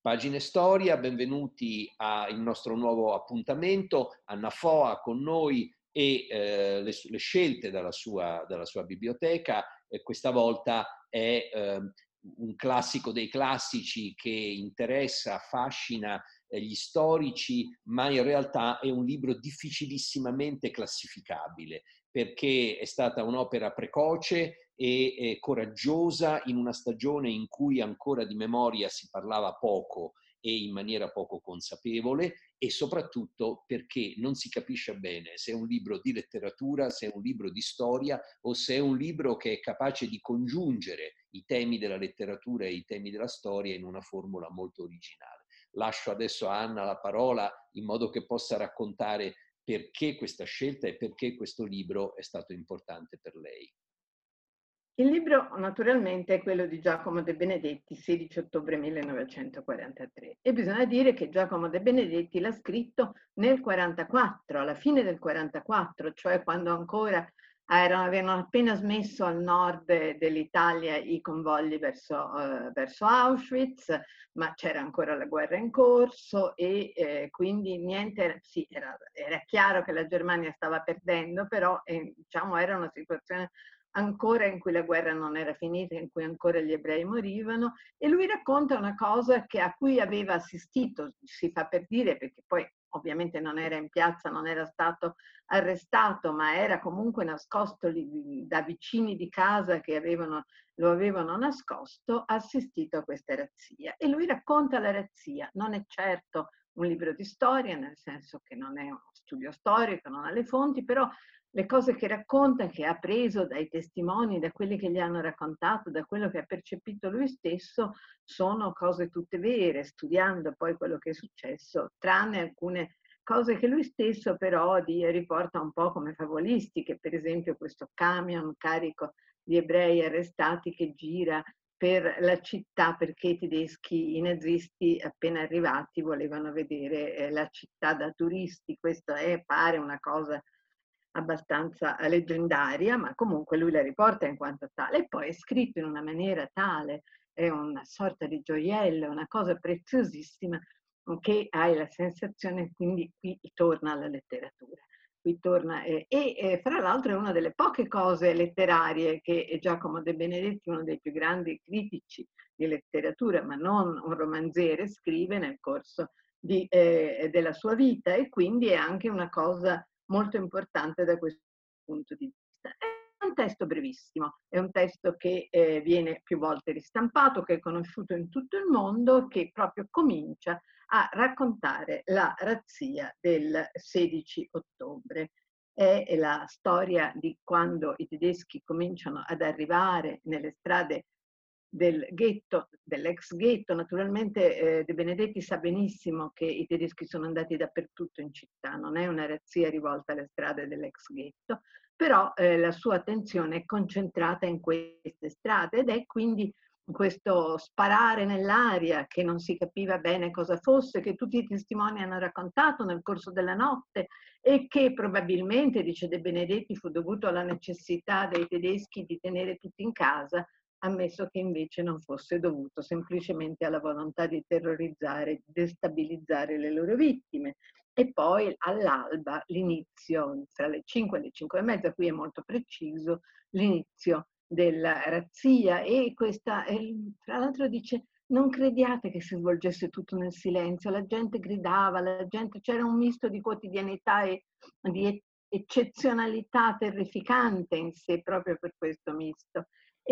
Pagine Storia, benvenuti al nostro nuovo appuntamento. Anna Foa con noi e le scelte dalla sua biblioteca. Questa volta è un classico dei classici che interessa, affascina gli storici, ma in realtà è un libro difficilissimamente classificabile, perché è stata un'opera precoce e coraggiosa in una stagione in cui ancora di memoria si parlava poco e in maniera poco consapevole, e soprattutto perché non si capisce bene se è un libro di letteratura, se è un libro di storia o se è un libro che è capace di congiungere i temi della letteratura e i temi della storia in una formula molto originale. Lascio adesso a Anna la parola in modo che possa raccontare perché questa scelta e perché questo libro è stato importante per lei. Il libro naturalmente è quello di Giacomo De Benedetti, 16 ottobre 1943, e bisogna dire che Giacomo De Benedetti l'ha scritto nel 44, alla fine del 44, cioè quando ancora avevano appena smesso al nord dell'Italia i convogli verso Auschwitz, ma c'era ancora la guerra in corso e quindi niente, sì, era chiaro che la Germania stava perdendo, però diciamo era una situazione ancora in cui la guerra non era finita, in cui ancora gli ebrei morivano, e lui racconta una cosa a cui aveva assistito, si fa per dire, perché poi ovviamente non era in piazza, non era stato arrestato, ma era comunque nascosto lì, da vicini di casa che lo avevano nascosto, ha assistito a questa razzia. E lui racconta la razzia, non è certo un libro di storia, nel senso che non è uno studio storico, non ha le fonti, però le cose che racconta, che ha preso dai testimoni, da quelli che gli hanno raccontato, da quello che ha percepito lui stesso, sono cose tutte vere, studiando poi quello che è successo, tranne alcune cose che lui stesso però riporta un po' come favolistiche, per esempio questo camion carico di ebrei arrestati che gira per la città perché i tedeschi, i nazisti appena arrivati volevano vedere la città da turisti. Questo pare una cosa abbastanza leggendaria, ma comunque lui la riporta in quanto tale, e poi è scritto in una maniera tale, è una sorta di gioiello, una cosa preziosissima, che hai la sensazione, quindi qui torna alla letteratura. Qui torna, fra l'altro è una delle poche cose letterarie che Giacomo De Benedetti, uno dei più grandi critici di letteratura, ma non un romanziere, scrive nel corso della sua vita, e quindi è anche una cosa molto importante da questo punto di vista. È un testo brevissimo, è un testo che viene più volte ristampato, che è conosciuto in tutto il mondo, che proprio comincia a raccontare la razzia del 16 ottobre. È la storia di quando i tedeschi cominciano ad arrivare nelle strade del ghetto, dell'ex ghetto. Naturalmente De Benedetti sa benissimo che i tedeschi sono andati dappertutto in città, non è una razzia rivolta alle strade dell'ex ghetto, però la sua attenzione è concentrata in queste strade, ed è quindi questo sparare nell'aria che non si capiva bene cosa fosse, che tutti i testimoni hanno raccontato nel corso della notte, e che probabilmente, dice De Benedetti, fu dovuto alla necessità dei tedeschi di tenere tutti in casa, ammesso che invece non fosse dovuto semplicemente alla volontà di terrorizzare, destabilizzare le loro vittime. E poi all'alba, l'inizio, tra le 5 e le 5 e mezza, qui è molto preciso, l'inizio della razzia, e questa, tra l'altro dice, non crediate che si svolgesse tutto nel silenzio, la gente gridava, c'era un misto di quotidianità e di eccezionalità terrificante in sé, proprio per questo misto.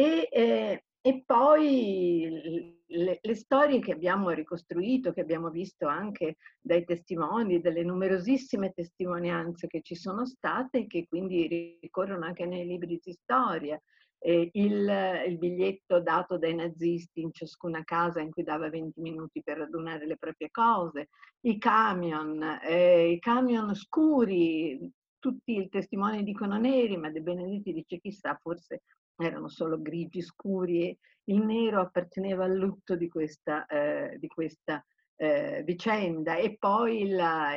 E poi le storie che abbiamo ricostruito, che abbiamo visto anche dai testimoni, delle numerosissime testimonianze che ci sono state e che quindi ricorrono anche nei libri di storia. Il biglietto dato dai nazisti in ciascuna casa in cui dava 20 minuti per radunare le proprie cose, i camion scuri, tutti i testimoni dicono neri, ma De Benedetti dice chissà, forse erano solo grigi scuri, e il nero apparteneva al lutto di questa vicenda. E poi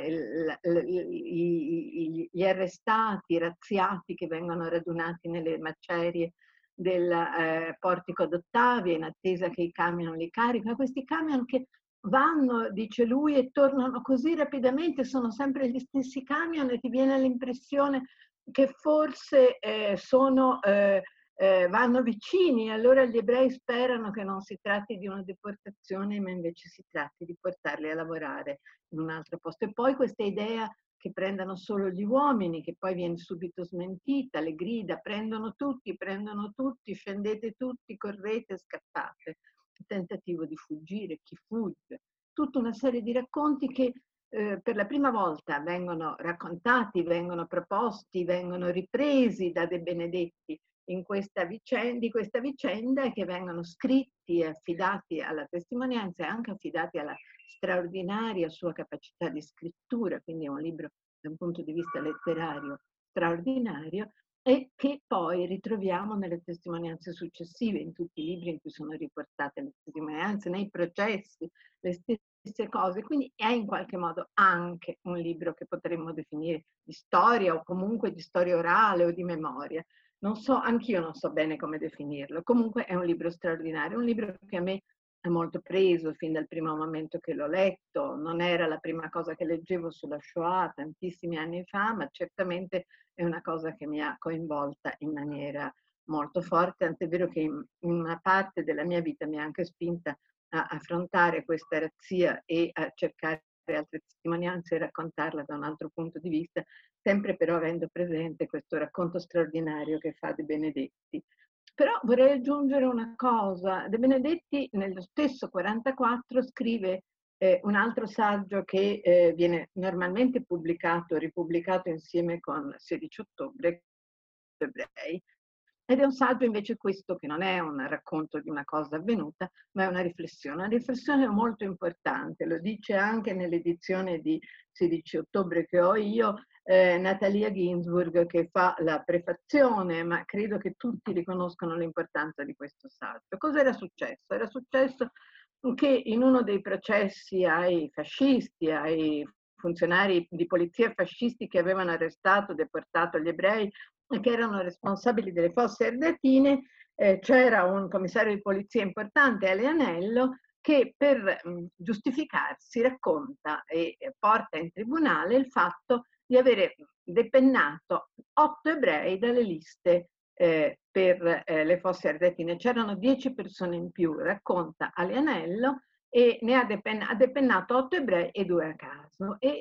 gli arrestati, i razziati che vengono radunati nelle macerie del Portico d'Ottavia in attesa che i camion li caricano, questi camion che vanno, dice lui, e tornano così rapidamente, sono sempre gli stessi camion e ti viene l'impressione che forse vanno vicini. Allora gli ebrei sperano che non si tratti di una deportazione, ma invece si tratti di portarli a lavorare in un altro posto. E poi questa idea che prendano solo gli uomini, che poi viene subito smentita, le grida, prendono tutti, scendete tutti, correte, scappate. Il tentativo di fuggire, chi fugge, tutta una serie di racconti che per la prima volta vengono raccontati, vengono proposti, vengono ripresi da De Benedetti in di questa vicenda e che vengono scritti e affidati alla testimonianza e anche affidati alla straordinaria sua capacità di scrittura, quindi è un libro da un punto di vista letterario straordinario, e che poi ritroviamo nelle testimonianze successive, in tutti i libri in cui sono riportate le testimonianze, nei processi, le stesse cose. Quindi è in qualche modo anche un libro che potremmo definire di storia o comunque di storia orale o di memoria. Non so, anch'io non so bene come definirlo. Comunque è un libro straordinario, un libro che a me ha molto preso fin dal primo momento che l'ho letto. Non era la prima cosa che leggevo sulla Shoah tantissimi anni fa, ma certamente è una cosa che mi ha coinvolta in maniera molto forte, tant'è vero che in una parte della mia vita mi ha anche spinta a affrontare questa razzia e a cercare altre testimonianze e raccontarla da un altro punto di vista, sempre però avendo presente questo racconto straordinario che fa De Benedetti. Però vorrei aggiungere una cosa. De Benedetti nello stesso 44 scrive un altro saggio che viene normalmente pubblicato, ripubblicato insieme con 16 ottobre, ebrei, ed è un saggio invece questo che non è un racconto di una cosa avvenuta, ma è una riflessione molto importante, lo dice anche nell'edizione di 16 ottobre che ho io, Natalia Ginsburg, che fa la prefazione, ma credo che tutti riconoscono l'importanza di questo saggio. Cosa era successo? Era successo che in uno dei processi ai fascisti, ai funzionari di polizia fascisti che avevano arrestato, deportato gli ebrei e che erano responsabili delle fosse ardeatine, c'era un commissario di polizia importante, Aleanello, che per giustificarsi racconta e porta in tribunale il fatto di avere depennato 8 ebrei dalle liste per le fosse ardeatine. C'erano 10 persone in più, racconta Aleanello, e ne ha depennato 8 ebrei e 2 a caso. E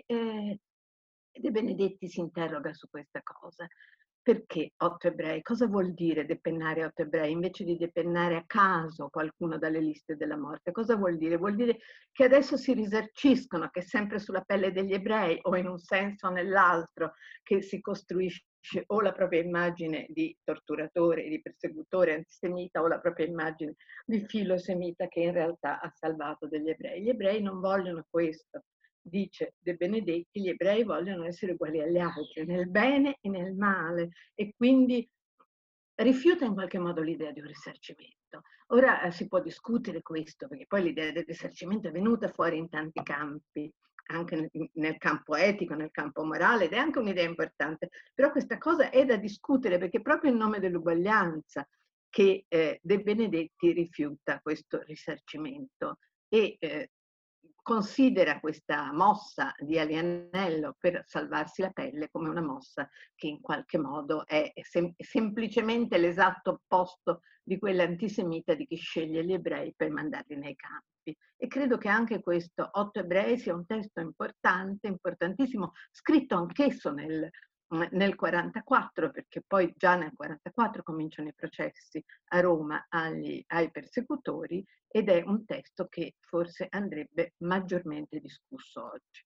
De Benedetti si interroga su questa cosa. Perché 8 ebrei? Cosa vuol dire depennare 8 ebrei invece di depennare a caso qualcuno dalle liste della morte? Cosa vuol dire? Vuol dire che adesso si risarciscono, che sempre sulla pelle degli ebrei o in un senso o nell'altro che si costruisce o la propria immagine di torturatore, di persecutore antisemita o la propria immagine di filosemita che in realtà ha salvato degli ebrei. Gli ebrei non vogliono questo. Dice De Benedetti, gli ebrei vogliono essere uguali agli altri, nel bene e nel male, e quindi rifiuta in qualche modo l'idea di un risarcimento. Ora si può discutere questo, perché poi l'idea del risarcimento è venuta fuori in tanti campi, anche nel campo etico, nel campo morale, ed è anche un'idea importante, però questa cosa è da discutere, perché proprio in nome dell'uguaglianza che De Benedetti rifiuta questo risarcimento e considera questa mossa di Alianello per salvarsi la pelle come una mossa che in qualche modo è semplicemente l'esatto opposto di quella antisemita di chi sceglie gli ebrei per mandarli nei campi. E credo che anche questo 8 ebrei sia un testo importante, importantissimo, scritto anch'esso nel 44, perché poi già nel 44 cominciano i processi a Roma ai persecutori, ed è un testo che forse andrebbe maggiormente discusso oggi.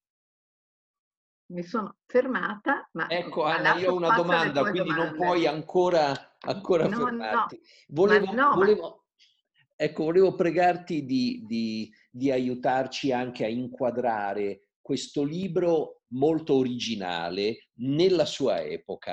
Mi sono fermata, ma Ecco Anna, io lascio ho una spazio alle domanda, tue quindi non domande. puoi ancora No, no, fermarti. Volevo, ecco, volevo pregarti di aiutarci anche a inquadrare questo libro molto originale nella sua epoca.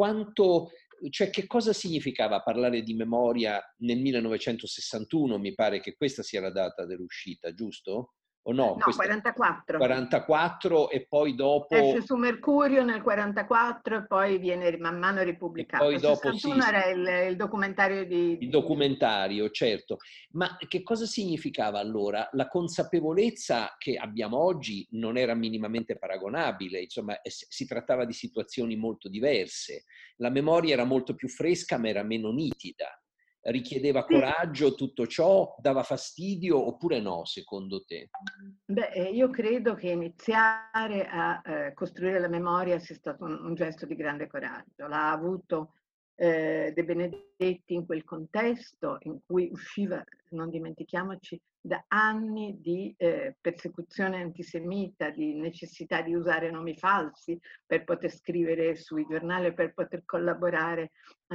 Cioè, che cosa significava parlare di memoria nel 1961? Mi pare che questa sia la data dell'uscita, giusto? o no? No, 44. 44 e poi Esce dopo... su Mercurio nel 44 e poi viene man mano E ripubblicato. poi Il dopo sì, 61 era il documentario il documentario, certo. Ma che cosa significava allora? La consapevolezza che abbiamo oggi non era minimamente paragonabile, insomma, si trattava di situazioni molto diverse. La memoria era molto più fresca, ma era meno nitida. Richiedeva Sì. coraggio tutto ciò? Dava fastidio oppure no, secondo te? Beh, io credo che iniziare a costruire la memoria sia stato un gesto di grande coraggio. L'ha avuto De Benedetti in quel contesto in cui usciva, non dimentichiamoci, da anni di persecuzione antisemita, di necessità di usare nomi falsi per poter scrivere sui giornali, per poter collaborare,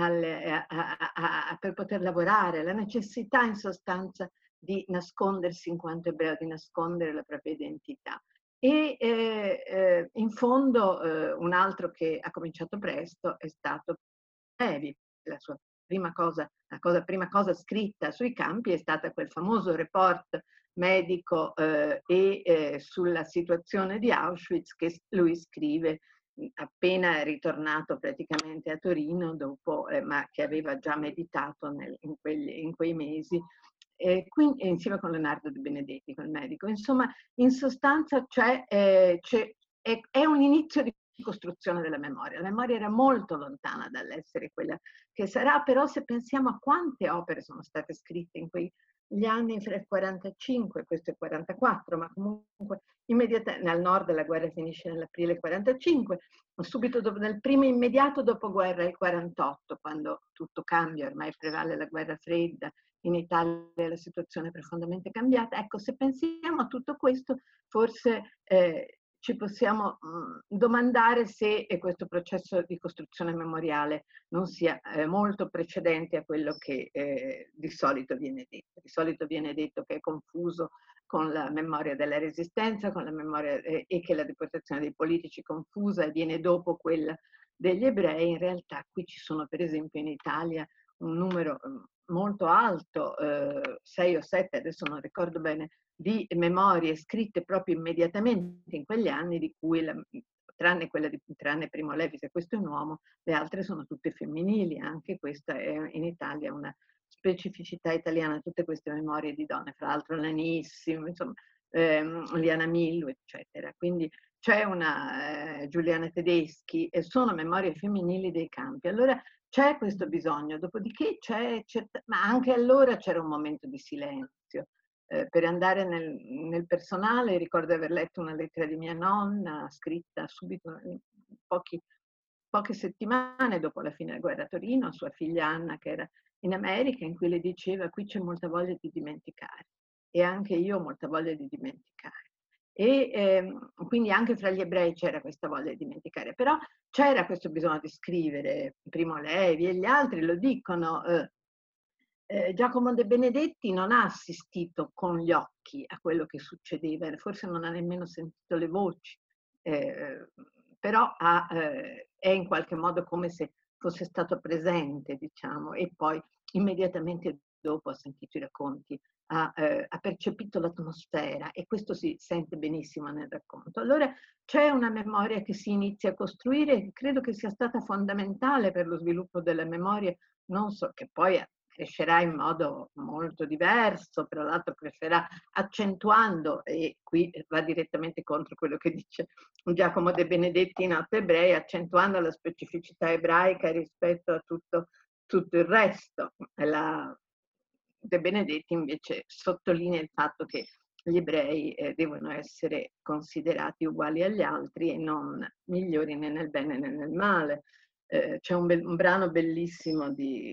per poter lavorare, la necessità in sostanza di nascondersi in quanto ebreo, di nascondere la propria identità. E in fondo un altro che ha cominciato presto è stato Levi. La sua prima cosa scritta sui campi è stata quel famoso report medico sulla situazione di Auschwitz che lui scrive appena ritornato praticamente a Torino dopo, ma che aveva già meditato in quei mesi, insieme con Leonardo De Benedetti, col medico. Insomma, in sostanza è un inizio di costruzione della memoria. La memoria era molto lontana dall'essere quella che sarà, però se pensiamo a quante opere sono state scritte in quegli anni fra il 45, questo è il 44, ma comunque immediatamente al nord la guerra finisce nell'aprile 45, subito dopo, nel primo immediato dopoguerra il 48, quando tutto cambia, ormai prevale la guerra fredda, in Italia la situazione è profondamente cambiata. Ecco, se pensiamo a tutto questo, forse ci possiamo domandare se questo processo di costruzione memoriale non sia molto precedente a quello che di solito viene detto. Di solito viene detto che è confuso con la memoria della resistenza, con la memoria e che la deportazione dei politici confusa e viene dopo quella degli ebrei. In realtà qui ci sono per esempio in Italia un numero molto alto, 6 o 7, adesso non ricordo bene, di memorie scritte proprio immediatamente in quegli anni, di cui tranne Primo Levi, se questo è un uomo, le altre sono tutte femminili. Anche questa è in Italia una specificità italiana, tutte queste memorie di donne, fra l'altro Lanissimo, insomma, Liana Millu, eccetera. Quindi c'è una Giuliana Tedeschi, e sono memorie femminili dei campi. Allora c'è questo bisogno, dopodiché ma anche allora c'era un momento di silenzio. Per andare nel personale, ricordo di aver letto una lettera di mia nonna, scritta subito, poche settimane dopo la fine della guerra a Torino, a sua figlia Anna, che era in America, in cui le diceva: qui c'è molta voglia di dimenticare, e anche io ho molta voglia di dimenticare. E quindi anche fra gli ebrei c'era questa voglia di dimenticare, però c'era questo bisogno di scrivere. Primo Levi e gli altri lo dicono. Giacomo De Benedetti non ha assistito con gli occhi a quello che succedeva, forse non ha nemmeno sentito le voci, eh, però è in qualche modo come se fosse stato presente, diciamo, e poi immediatamente dopo ha sentito i racconti, ha percepito l'atmosfera, e questo si sente benissimo nel racconto. Allora c'è una memoria che si inizia a costruire, e credo che sia stata fondamentale per lo sviluppo della memoria, non so, che poi crescerà in modo molto diverso, tra l'altro crescerà accentuando, e qui va direttamente contro quello che dice Giacomo De Benedetti in Notte Ebrei, accentuando la specificità ebraica rispetto a tutto il resto. De Benedetti invece sottolinea il fatto che gli ebrei devono essere considerati uguali agli altri e non migliori né nel bene né nel male. C'è un brano bellissimo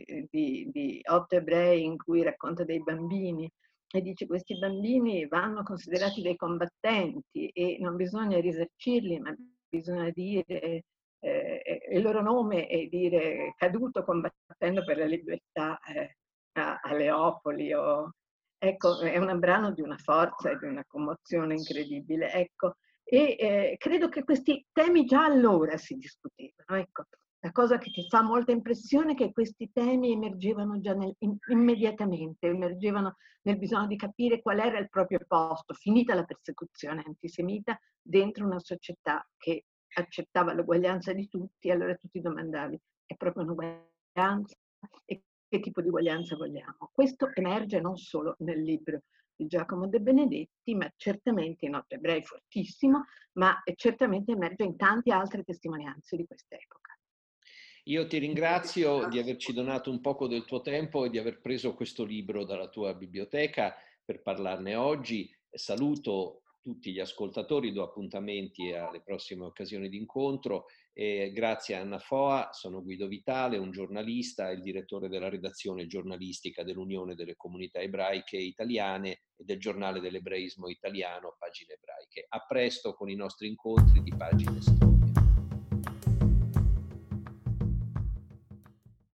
di Otto Ebrei in cui racconta dei bambini e dice: questi bambini vanno considerati dei combattenti e non bisogna risarcirli, ma bisogna dire il loro nome e dire caduto combattendo per la libertà a Leopoli. Ecco, è un brano di una forza e di una commozione incredibile. Ecco. E credo che questi temi già allora si discutevano. Ecco. La cosa che ti fa molta impressione è che questi temi emergevano già immediatamente, emergevano nel bisogno di capire qual era il proprio posto, finita la persecuzione antisemita, dentro una società che accettava l'uguaglianza di tutti, allora tu ti domandavi, è proprio un'uguaglianza? E che tipo di uguaglianza vogliamo? Questo emerge non solo nel libro di Giacomo De Benedetti, ma certamente in Otto Ebrei fortissimo, ma certamente emerge in tante altre testimonianze di quest'epoca. Io ti ringrazio di averci donato un poco del tuo tempo e di aver preso questo libro dalla tua biblioteca per parlarne oggi. Saluto tutti gli ascoltatori, do appuntamenti alle prossime occasioni di incontro. E grazie a Anna Foa, sono Guido Vitale, un giornalista e il direttore della redazione giornalistica dell'Unione delle Comunità Ebraiche Italiane e del giornale dell'ebraismo italiano, Pagine Ebraiche. A presto con i nostri incontri di Pagine Storie.